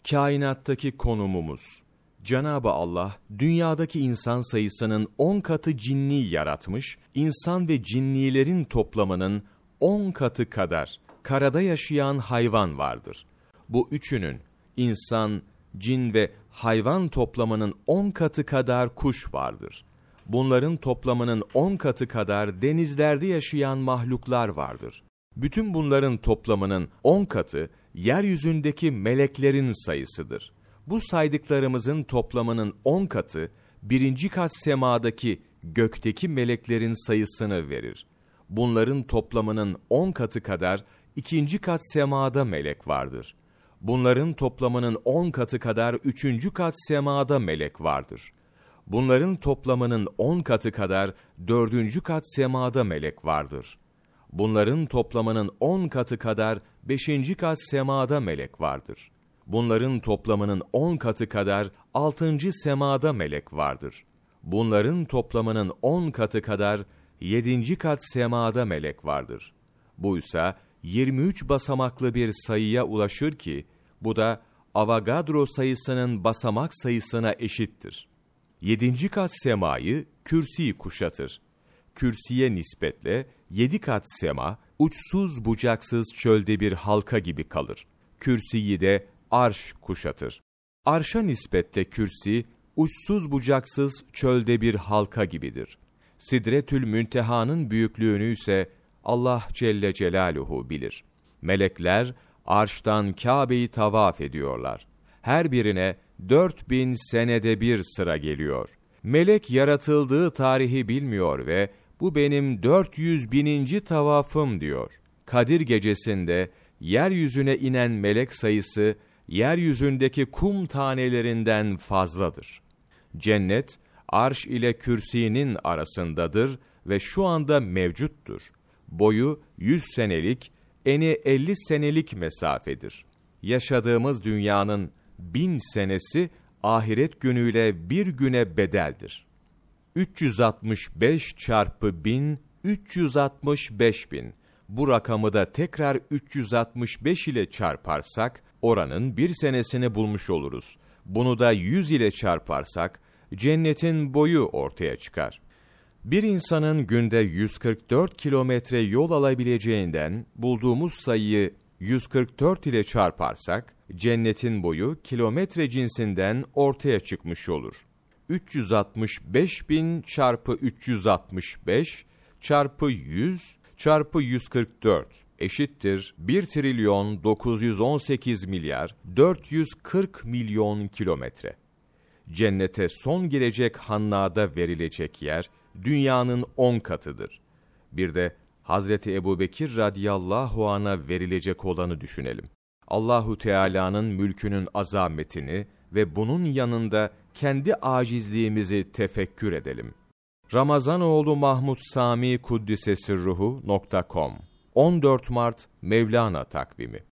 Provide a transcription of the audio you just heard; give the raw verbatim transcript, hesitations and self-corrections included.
Kainattaki konumumuz. Cenab-ı Allah, dünyadaki insan sayısının on katı cinni yaratmış, insan ve cinnilerin toplamının on katı kadar karada yaşayan hayvan vardır. Bu üçünün, insan, cin ve hayvan toplamının on katı kadar kuş vardır. Bunların toplamının on katı kadar denizlerde yaşayan mahluklar vardır. Bütün bunların toplamının on katı, yeryüzündeki meleklerin sayısıdır. Bu saydıklarımızın toplamının on katı, birinci kat semadaki, gökteki meleklerin sayısını verir. Bunların toplamının on katı kadar, ikinci kat semada melek vardır. Bunların toplamının on katı kadar, üçüncü kat semada melek vardır. Bunların toplamının on katı kadar, dördüncü kat semada melek vardır. Bunların toplamının on katı kadar, beşinci kat semada melek vardır. Bunların toplamının on katı kadar, altıncı semada melek vardır. Bunların toplamının on katı kadar, yedinci kat semada melek vardır. Buysa yirmi üç basamaklı bir sayıya ulaşır ki, bu da Avogadro sayısının basamak sayısına eşittir. Yedinci kat semayı kürsi kuşatır. Kürsiye nispetle yedi kat sema, uçsuz bucaksız çölde bir halka gibi kalır. Kürsiyi de arş kuşatır. Arşa nispetle kürsi, uçsuz bucaksız çölde bir halka gibidir. Sidretül Münteha'nın büyüklüğünü ise Allah Celle Celaluhu bilir. Melekler arştan Kabe'yi tavaf ediyorlar. Her birine dört bin senede bir sıra geliyor. Melek yaratıldığı tarihi bilmiyor ve bu benim dört yüz bininci tavafım diyor. Kadir gecesinde yeryüzüne inen melek sayısı yeryüzündeki kum tanelerinden fazladır. Cennet arş ile kürsinin arasındadır ve şu anda mevcuttur. Boyu yüz senelik, eni elli senelik mesafedir. Yaşadığımız dünyanın bin senesi ahiret günüyle bir güne bedeldir. üç yüz altmış beş çarpı bin, üç yüz altmış beş bin. Bu rakamı da tekrar üç yüz altmış beş ile çarparsak, oranın bir senesini bulmuş oluruz. Bunu da yüz ile çarparsak, cennetin boyu ortaya çıkar. Bir insanın günde yüz kırk dört kilometre yol alabileceğinden, bulduğumuz sayıyı yüz kırk dört ile çarparsak, cennetin boyu kilometre cinsinden ortaya çıkmış olur. üç yüz altmış beş bin çarpı üç yüz altmış beş çarpı yüz çarpı yüz kırk dört eşittir bir trilyon dokuz yüz on sekiz milyar dört yüz kırk milyon kilometre. Cennete son girecek hannada verilecek yer dünyanın on katıdır. Bir de Hazreti Ebubekir radıyallahu anh'a verilecek olanı düşünelim. Allahu Teala'nın mülkünün azametini ve bunun yanında kendi acizliğimizi tefekkür edelim. Ramazanoğlu Mahmud Sami Kuddise Sirruhu nokta com on dört Mart Mevlana takvimi